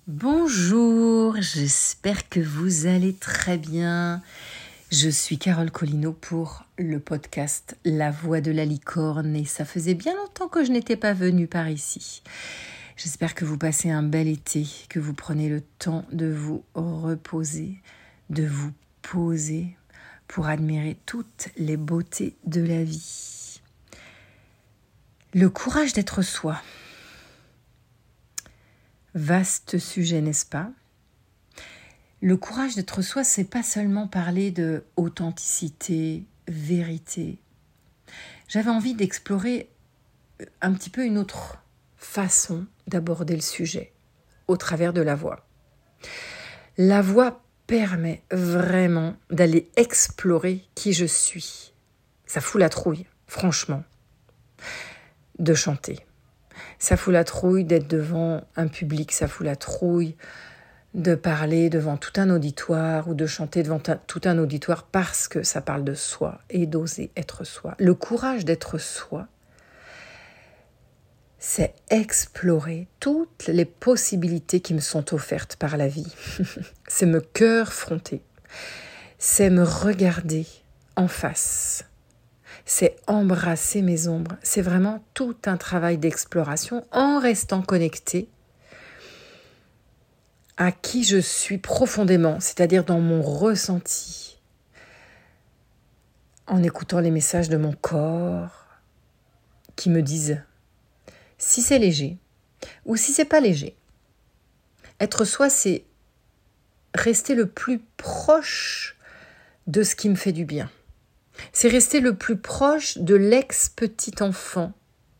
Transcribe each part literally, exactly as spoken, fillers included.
Bonjour, j'espère que vous allez très bien. Je suis Carole Collineau pour le podcast La Voix de la Licorne et ça faisait bien longtemps que je n'étais pas venue par ici. J'espère que vous passez un bel été, que vous prenez le temps de vous reposer, de vous poser pour admirer toutes les beautés de la vie. Le courage d'être soi. Vaste sujet, n'est-ce pas? Le courage d'être soi, c'est pas seulement parler de authenticité, vérité. J'avais envie d'explorer un petit peu une autre façon d'aborder le sujet, au travers de la voix. La voix permet vraiment d'aller explorer qui je suis. Ça fout la trouille, franchement, de chanter. Ça fout la trouille d'être devant un public, ça fout la trouille de parler devant tout un auditoire ou de chanter devant un, tout un auditoire parce que ça parle de soi et d'oser être soi. Le courage d'être soi, c'est explorer toutes les possibilités qui me sont offertes par la vie. C'est me cœur fronter, c'est me regarder en face. C'est embrasser mes ombres. C'est vraiment tout un travail d'exploration en restant connecté à qui je suis profondément, c'est-à-dire dans mon ressenti, en écoutant les messages de mon corps qui me disent si c'est léger ou si c'est pas léger. Être soi, c'est rester le plus proche de ce qui me fait du bien. C'est rester le plus proche de l'ex-petit enfant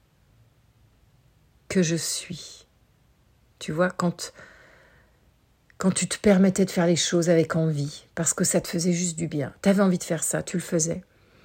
que je suis. Tu vois, quand, quand tu te permettais de faire les choses avec envie, parce que ça te faisait juste du bien. Tu avais envie de faire ça, tu le faisais.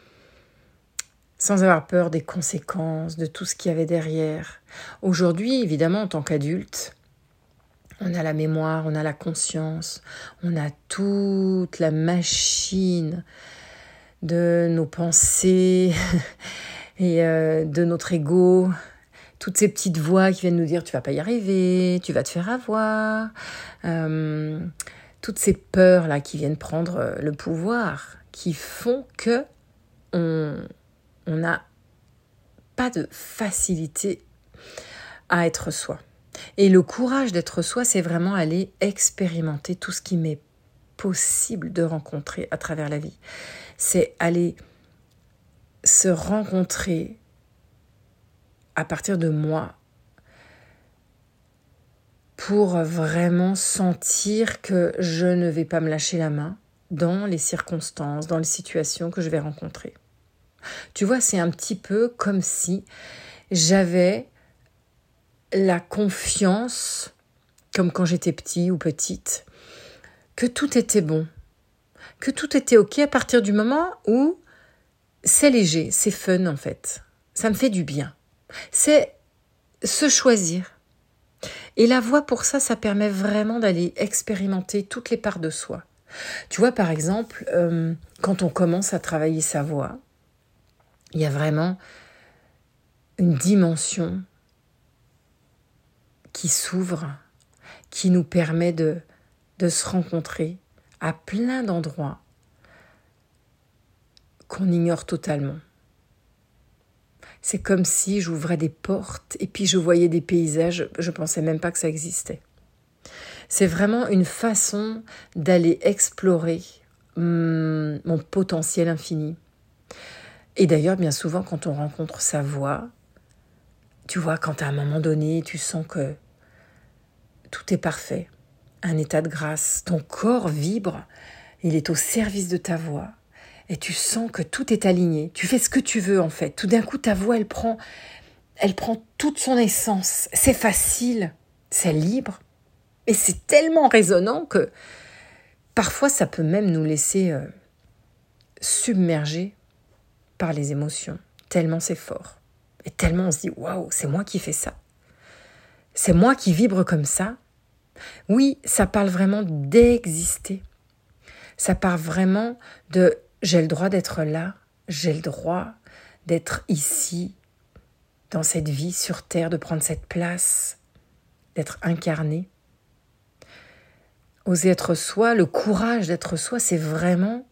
Sans avoir peur des conséquences, de tout ce qu'il y avait derrière. Aujourd'hui, évidemment, en tant qu'adulte, on a la mémoire, on a la conscience, on a toute la machine de nos pensées et euh, de notre ego, toutes ces petites voix qui viennent nous dire tu vas pas y arriver, tu vas te faire avoir, euh, toutes ces peurs là qui viennent prendre le pouvoir, qui font que on on n'a pas de facilité à être soi. Et le courage d'être soi, c'est vraiment aller expérimenter tout ce qui m'est possible de rencontrer à travers la vie. C'est aller se rencontrer à partir de moi pour vraiment sentir que je ne vais pas me lâcher la main dans les circonstances, dans les situations que je vais rencontrer. Tu vois, c'est un petit peu comme si j'avais la confiance, comme quand j'étais petit ou petite, que tout était bon, que tout était ok à partir du moment où c'est léger, c'est fun en fait. Ça me fait du bien. C'est se choisir. Et la voix pour ça, ça permet vraiment d'aller expérimenter toutes les parts de soi. Tu vois, par exemple, euh, quand on commence à travailler sa voix, il y a vraiment une dimension qui s'ouvre, qui nous permet de, de se rencontrer à plein d'endroits qu'on ignore totalement. C'est comme si j'ouvrais des portes et puis je voyais des paysages, je ne pensais même pas que ça existait. C'est vraiment une façon d'aller explorer hum, mon potentiel infini. Et d'ailleurs, bien souvent, quand on rencontre sa voix, tu vois, quand à un moment donné, tu sens que tout est parfait, un état de grâce, ton corps vibre, il est au service de ta voix. Et tu sens que tout est aligné. Tu fais ce que tu veux en fait. Tout d'un coup, ta voix, elle prend, elle prend toute son essence. C'est facile, c'est libre. Et c'est tellement résonnant que parfois, ça peut même nous laisser euh, submerger par les émotions. Tellement c'est fort. Et tellement on se dit, waouh, c'est moi qui fais ça. C'est moi qui vibre comme ça. Oui, ça parle vraiment d'exister. Ça parle vraiment de... J'ai le droit d'être là, j'ai le droit d'être ici, dans cette vie sur Terre, de prendre cette place, d'être incarné. Oser être soi, le courage d'être soi, c'est vraiment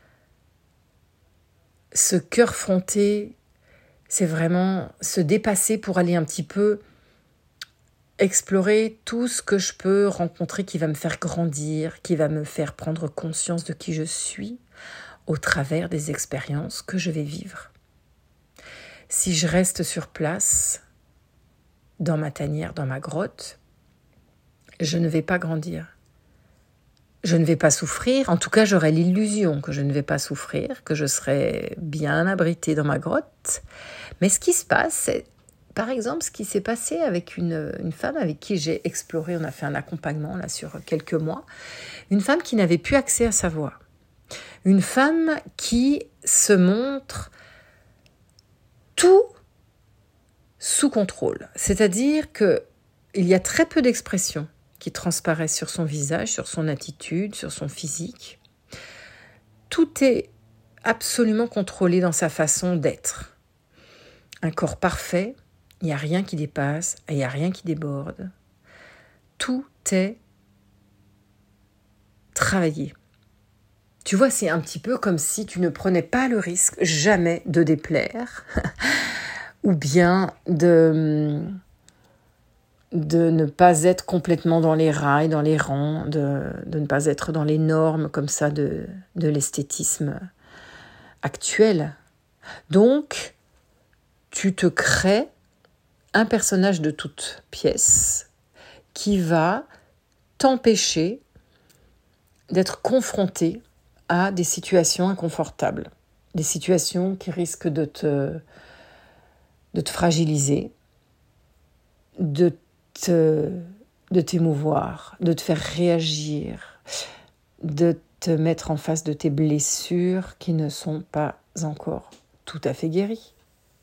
ce cœur fronté, c'est vraiment se dépasser pour aller un petit peu explorer tout ce que je peux rencontrer qui va me faire grandir, qui va me faire prendre conscience de qui je suis au travers des expériences que je vais vivre. Si je reste sur place, dans ma tanière, dans ma grotte, je ne vais pas grandir. Je ne vais pas souffrir, en tout cas j'aurai l'illusion que je ne vais pas souffrir, que je serai bien abritée dans ma grotte. Mais ce qui se passe, c'est par exemple ce qui s'est passé avec une, une femme avec qui j'ai exploré, on a fait un accompagnement là sur quelques mois, une femme qui n'avait plus accès à sa voix. Une femme qui se montre tout sous contrôle, c'est-à-dire qu'il y a très peu d'expressions qui transparaissent sur son visage, sur son attitude, sur son physique. Tout est absolument contrôlé dans sa façon d'être. Un corps parfait, il n'y a rien qui dépasse, il n'y a rien qui déborde. Tout est travaillé. Tu vois, c'est un petit peu comme si tu ne prenais pas le risque jamais de déplaire ou bien de... de ne pas être complètement dans les rails, dans les rangs, de, de ne pas être dans les normes comme ça de, de l'esthétisme actuel. Donc, tu te crées un personnage de toute pièce qui va t'empêcher d'être confronté à des situations inconfortables, des situations qui risquent de te, de te fragiliser, de Te, de t'émouvoir, de te faire réagir, de te mettre en face de tes blessures qui ne sont pas encore tout à fait guéries.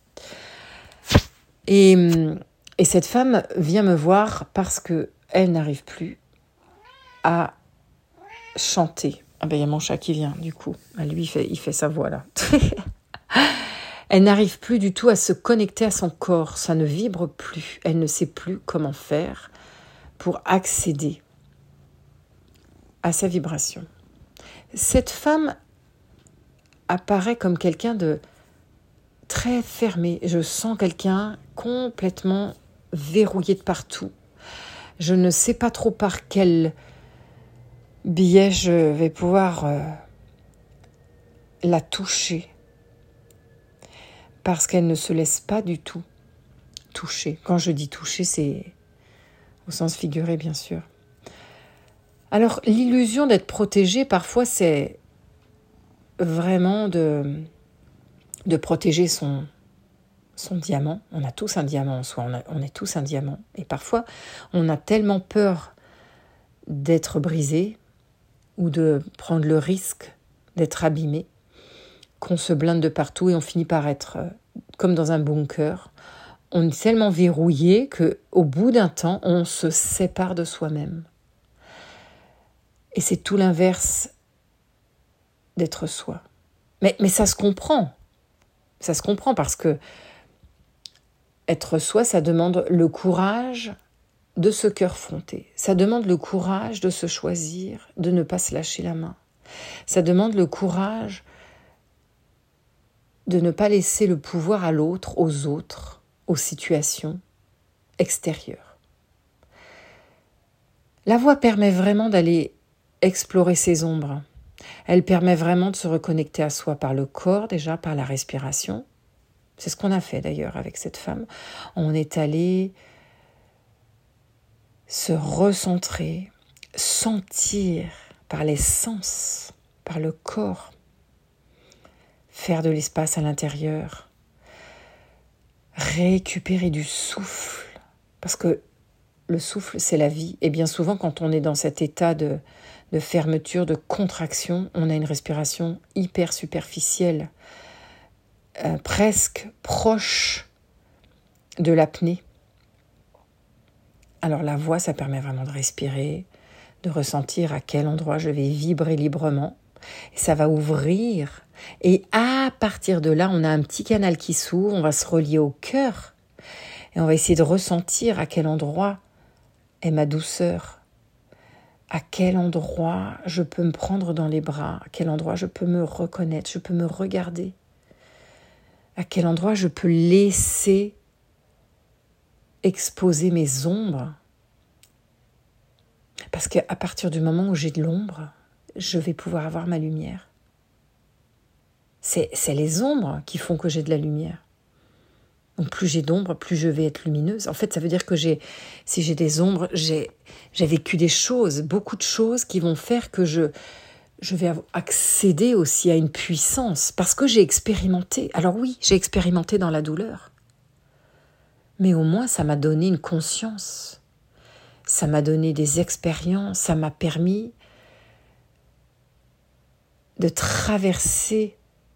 Et, et cette femme vient me voir parce qu'elle n'arrive plus à chanter. Ah ben il y a mon chat qui vient du coup. Lui il fait, il fait sa voix là. Elle n'arrive plus du tout à se connecter à son corps, ça ne vibre plus, elle ne sait plus comment faire pour accéder à sa vibration. Cette femme apparaît comme quelqu'un de très fermé, je sens quelqu'un complètement verrouillé de partout. Je ne sais pas trop par quel biais je vais pouvoir euh, la toucher. Parce qu'elle ne se laisse pas du tout toucher. Quand je dis toucher, c'est au sens figuré, bien sûr. Alors, l'illusion d'être protégée, parfois, c'est vraiment de, de protéger son, son diamant. On a tous un diamant en soi, on, a, on est tous un diamant. Et parfois, on a tellement peur d'être brisé ou de prendre le risque d'être abîmé qu'on se blinde de partout et on finit par être euh, comme dans un bunker. On est tellement verrouillé qu'au bout d'un temps, on se sépare de soi-même. Et c'est tout l'inverse d'être soi. Mais, mais ça se comprend. Ça se comprend parce que être soi, ça demande le courage de ce cœur fronté. Ça demande le courage de se choisir, de ne pas se lâcher la main. Ça demande le courage de ne pas laisser le pouvoir à l'autre, aux autres, aux situations extérieures. La voix permet vraiment d'aller explorer ses ombres. Elle permet vraiment de se reconnecter à soi par le corps, déjà par la respiration. C'est ce qu'on a fait d'ailleurs avec cette femme. On est allé se recentrer, sentir par les sens, par le corps, faire de l'espace à l'intérieur, récupérer du souffle, parce que le souffle, c'est la vie. Et bien souvent, quand on est dans cet état de, de fermeture, de contraction, on a une respiration hyper superficielle, euh, presque proche de l'apnée. Alors la voix, ça permet vraiment de respirer, de ressentir à quel endroit je vais vibrer librement. Et ça va ouvrir. Et à partir de là, on a un petit canal qui s'ouvre, on va se relier au cœur. Et on va essayer de ressentir à quel endroit est ma douceur, à quel endroit je peux me prendre dans les bras, à quel endroit je peux me reconnaître, je peux me regarder, à quel endroit je peux laisser exposer mes ombres. Parce qu'à partir du moment où j'ai de l'ombre, je vais pouvoir avoir ma lumière. C'est, c'est les ombres qui font que j'ai de la lumière. Donc plus j'ai d'ombre, plus je vais être lumineuse. En fait, ça veut dire que j'ai, si j'ai des ombres, j'ai, j'ai vécu des choses, beaucoup de choses qui vont faire que je, je vais accéder aussi à une puissance. Parce que j'ai expérimenté. Alors oui, j'ai expérimenté dans la douleur. Mais au moins, ça m'a donné une conscience. Ça m'a donné des expériences. Ça m'a permis de traverser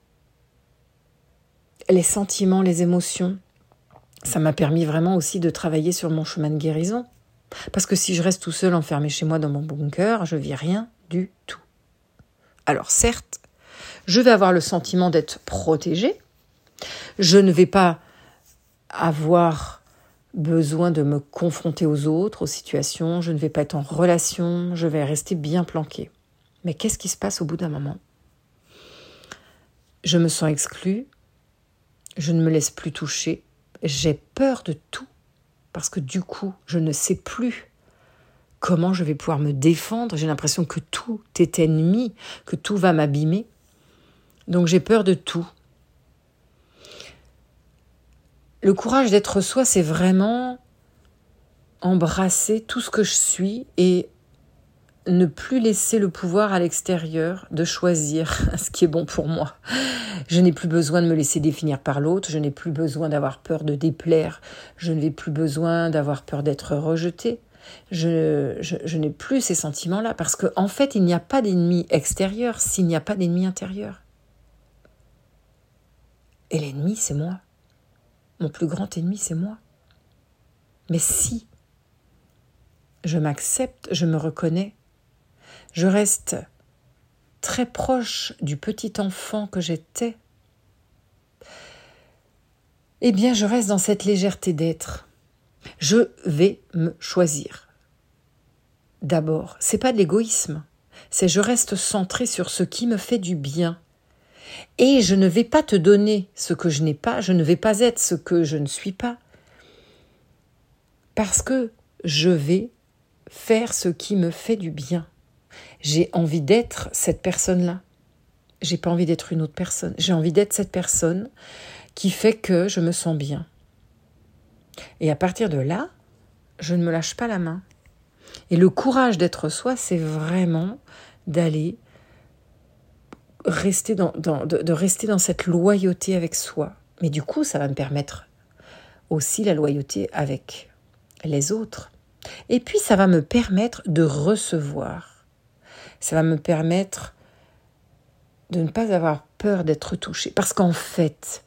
les sentiments, les émotions. Ça m'a permis vraiment aussi de travailler sur mon chemin de guérison. Parce que si je reste tout seul enfermé chez moi dans mon bunker, je vis rien du tout. Alors certes, je vais avoir le sentiment d'être protégée. Je ne vais pas avoir besoin de me confronter aux autres, aux situations. Je ne vais pas être en relation. Je vais rester bien planquée. Mais qu'est-ce qui se passe au bout d'un moment ? Je me sens exclue. Je ne me laisse plus toucher. J'ai peur de tout, parce que du coup, je ne sais plus comment je vais pouvoir me défendre. J'ai l'impression que tout est ennemi, que tout va m'abîmer. Donc j'ai peur de tout. Le courage d'être soi, c'est vraiment embrasser tout ce que je suis et ne plus laisser le pouvoir à l'extérieur de choisir ce qui est bon pour moi. Je n'ai plus besoin de me laisser définir par l'autre, je n'ai plus besoin d'avoir peur de déplaire, je n'ai plus besoin d'avoir peur d'être rejetée. Je, je, je n'ai plus ces sentiments-là parce qu'en en fait, il n'y a pas d'ennemi extérieur s'il n'y a pas d'ennemi intérieur. Et l'ennemi, c'est moi. Mon plus grand ennemi, c'est moi. Mais si je m'accepte, je me reconnais, je reste très proche du petit enfant que j'étais, eh bien, je reste dans cette légèreté d'être. Je vais me choisir. D'abord, c'est pas de l'égoïsme, c'est je reste centrée sur ce qui me fait du bien. Et je ne vais pas te donner ce que je n'ai pas, je ne vais pas être ce que je ne suis pas, parce que je vais faire ce qui me fait du bien. J'ai envie d'être cette personne-là. J'ai pas envie d'être une autre personne. J'ai envie d'être cette personne qui fait que je me sens bien. Et à partir de là, je ne me lâche pas la main. Et le courage d'être soi, c'est vraiment d'aller rester dans, dans, de, de rester dans cette loyauté avec soi. Mais du coup, ça va me permettre aussi la loyauté avec les autres. Et puis, ça va me permettre de recevoir. Ça va me permettre de ne pas avoir peur d'être touchée. Parce qu'en fait,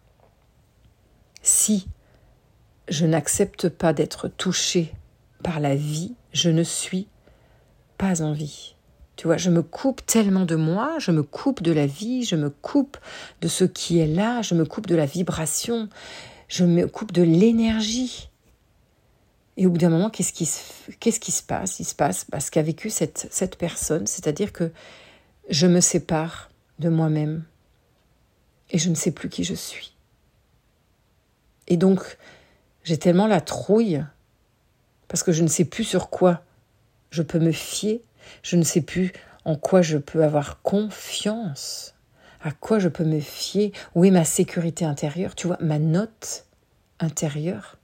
si je n'accepte pas d'être touchée par la vie, je ne suis pas en vie. Tu vois, je me coupe tellement de moi, je me coupe de la vie, je me coupe de ce qui est là, je me coupe de la vibration, je me coupe de l'énergie. Et au bout d'un moment, qu'est-ce qui se, qu'est-ce qui se passe ? Il se passe bah, ce qu'a vécu cette, cette personne, c'est-à-dire que je me sépare de moi-même et je ne sais plus qui je suis. Et donc, j'ai tellement la trouille parce que je ne sais plus sur quoi je peux me fier, je ne sais plus en quoi je peux avoir confiance, à quoi je peux me fier, où est ma sécurité intérieure, tu vois, ma note intérieure,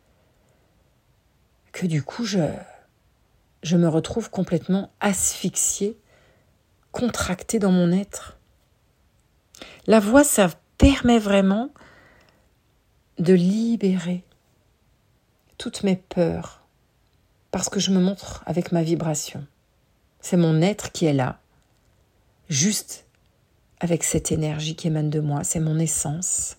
que du coup, je, je me retrouve complètement asphyxiée, contractée dans mon être. La voix, ça permet vraiment de libérer toutes mes peurs, parce que je me montre avec ma vibration. C'est mon être qui est là, juste avec cette énergie qui émane de moi, c'est mon essence.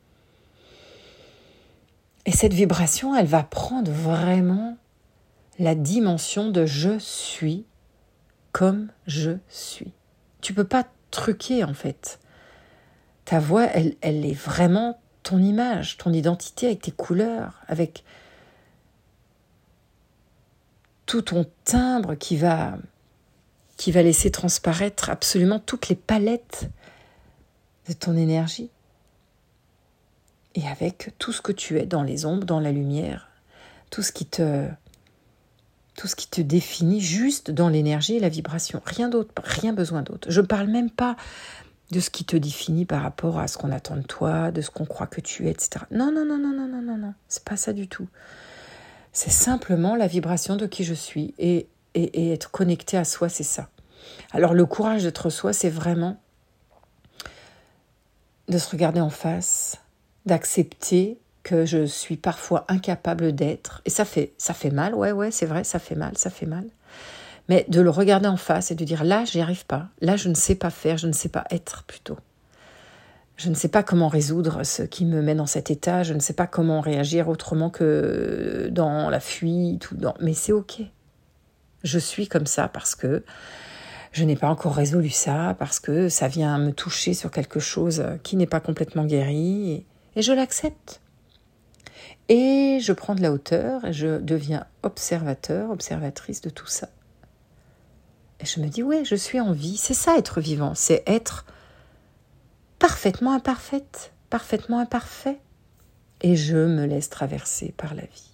Et cette vibration, elle va prendre vraiment la dimension de je suis comme je suis. Tu peux pas truquer en fait. Ta voix, elle, elle est vraiment ton image, ton identité avec tes couleurs, avec tout ton timbre qui va, qui va laisser transparaître absolument toutes les palettes de ton énergie. Et avec tout ce que tu es dans les ombres, dans la lumière, tout ce qui te, tout ce qui te définit juste dans l'énergie et la vibration. Rien d'autre, rien besoin d'autre. Je ne parle même pas de ce qui te définit par rapport à ce qu'on attend de toi, de ce qu'on croit que tu es, et cetera. Non, non, non, non, non, non, non, non. C'est pas ça du tout. C'est simplement la vibration de qui je suis. Et, et, et être connecté à soi, c'est ça. Alors le courage d'être soi, c'est vraiment de se regarder en face, d'accepter que je suis parfois incapable d'être. Et ça fait, ça fait mal, ouais, ouais, c'est vrai, ça fait mal, ça fait mal. Mais de le regarder en face et de dire, là, j'y arrive pas. Là, je ne sais pas faire, je ne sais pas être plutôt. Je ne sais pas comment résoudre ce qui me met dans cet état. Je ne sais pas comment réagir autrement que dans la fuite. Ou dans... Mais c'est OK. Je suis comme ça parce que je n'ai pas encore résolu ça, parce que ça vient me toucher sur quelque chose qui n'est pas complètement guéri. Et, et je l'accepte. Et je prends de la hauteur et je deviens observateur, observatrice de tout ça. Et je me dis, ouais, je suis en vie. C'est ça, être vivant. C'est être parfaitement imparfaite, parfaitement imparfait. Et je me laisse traverser par la vie.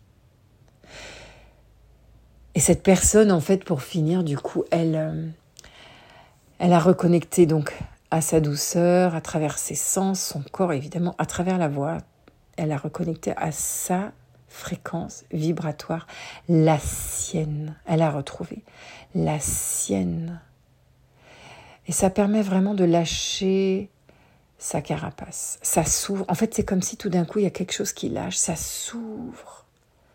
Et cette personne, en fait, pour finir, du coup, elle, euh, elle a reconnecté donc à sa douceur, à travers ses sens, son corps, évidemment, à travers la voix. Elle a reconnecté à sa fréquence vibratoire, la sienne. Elle a retrouvé la sienne. Et ça permet vraiment de lâcher sa carapace. Ça s'ouvre. En fait, c'est comme si tout d'un coup, il y a quelque chose qui lâche. Ça s'ouvre.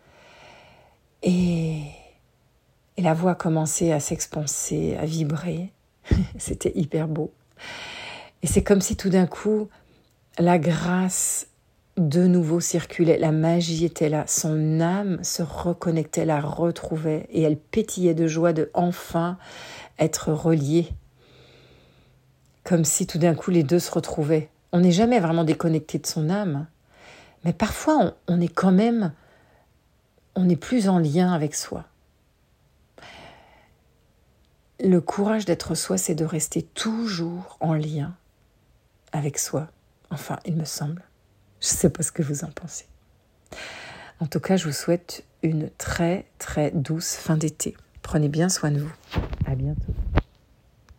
Et, et la voix a commencé à s'expanser, à vibrer. C'était hyper beau. Et c'est comme si tout d'un coup, la grâce de nouveau circulait, la magie était là, son âme se reconnectait, la retrouvait et elle pétillait de joie de enfin être reliée. Comme si tout d'un coup les deux se retrouvaient. On n'est jamais vraiment déconnecté de son âme, mais parfois on, on est quand même, on est plus en lien avec soi. Le courage d'être soi, c'est de rester toujours en lien avec soi. Enfin, il me semble. Je ne sais pas ce que vous en pensez. En tout cas, je vous souhaite une très, très douce fin d'été. Prenez bien soin de vous. À bientôt.